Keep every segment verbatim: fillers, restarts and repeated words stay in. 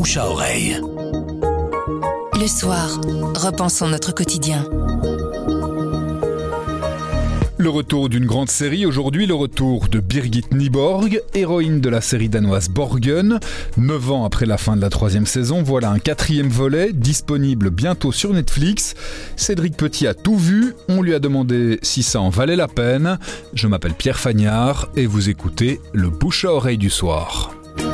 bouche à oreille. Le soir, repensons notre quotidien. Le retour d'une grande série, aujourd'hui le retour de Birgit Nyborg, héroïne de la série danoise Borgen. Neuf ans après la fin de la troisième saison, voilà un quatrième volet, disponible bientôt sur Netflix. Cédric Petit a tout vu, on lui a demandé si ça en valait la peine. Je m'appelle Pierre Fagnard et vous écoutez le bouche à oreille du soir.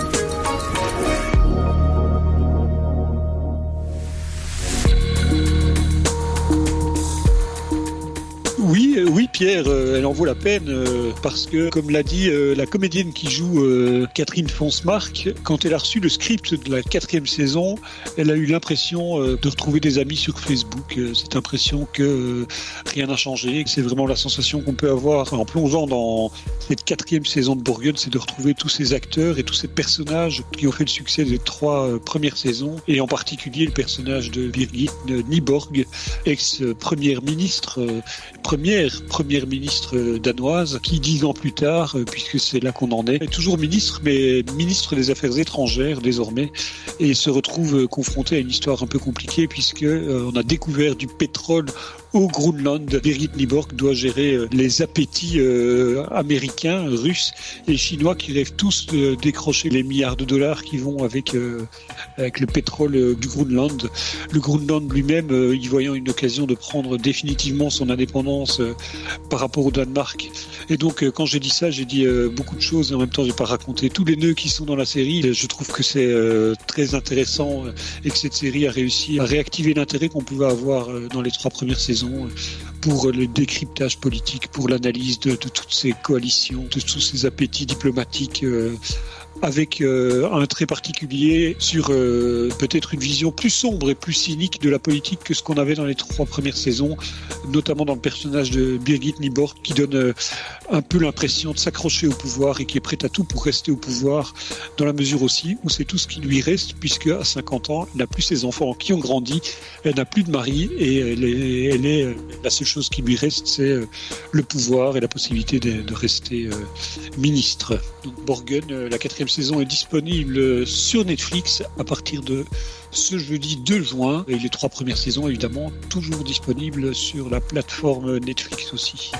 Oui, euh, oui, Pierre, euh, elle en vaut la peine euh, parce que, comme l'a dit euh, la comédienne qui joue euh, Catherine Fonsmark, quand elle a reçu le script de la quatrième saison, elle a eu l'impression euh, de retrouver des amis sur Facebook. Euh, cette impression que euh, rien n'a changé. C'est vraiment la sensation qu'on peut avoir en plongeant dans cette quatrième saison de Borgen, c'est de retrouver tous ces acteurs et tous ces personnages qui ont fait le succès des trois euh, premières saisons, et en particulier le personnage de Birgit Nyborg, ex-première ministre. Euh, première première ministre danoise qui, dix ans plus tard, puisque c'est là qu'on en est, est toujours ministre, mais ministre des Affaires étrangères désormais, et se retrouve confronté à une histoire un peu compliquée puisque euh, on a découvert du pétrole au Groenland. Birgit Nyborg doit gérer les appétits euh, américains, russes et chinois qui rêvent tous de décrocher les milliards de dollars qui vont avec, euh, avec le pétrole euh, du Groenland. Le Groenland lui-même, euh, y voyant une occasion de prendre définitivement son indépendance euh, par rapport au Danemark. Et donc, euh, quand j'ai dit ça, j'ai dit euh, beaucoup de choses et en même temps, j'ai pas raconté tous les nœuds qui sont dans la série. Je trouve que c'est euh, très intéressant euh, et que cette série a réussi à réactiver l'intérêt qu'on pouvait avoir euh, dans les trois premières saisons pour le décryptage politique, pour l'analyse de, de toutes ces coalitions, de tous ces appétits diplomatiques, euh, avec euh, un trait particulier sur euh, peut-être une vision plus sombre et plus cynique de la politique que ce qu'on avait dans les trois premières saisons, notamment dans le personnage de Birgit Nyborg qui donne euh, un peu l'impression de s'accrocher au pouvoir et qui est prête à tout pour rester au pouvoir, dans la mesure aussi où c'est tout ce qui lui reste, puisque à cinquante ans, elle n'a plus ses enfants qui ont grandi, elle n'a plus de mari et elle est, elle est la seule chose qui lui reste, c'est euh, le pouvoir et la possibilité de, de rester euh, ministre. Donc Borgen, euh, la quatrième saison est disponible sur Netflix à partir de ce jeudi deux juin, et les trois premières saisons évidemment toujours disponibles sur la plateforme Netflix aussi.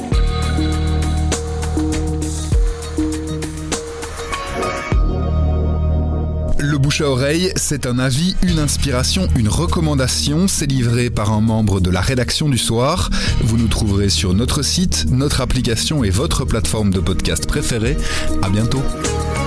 Le bouche à oreille, c'est un avis, une inspiration, une recommandation. C'est livré par un membre de la rédaction du soir. Vous nous trouverez sur notre site, notre application et votre plateforme de podcast préférée. À bientôt.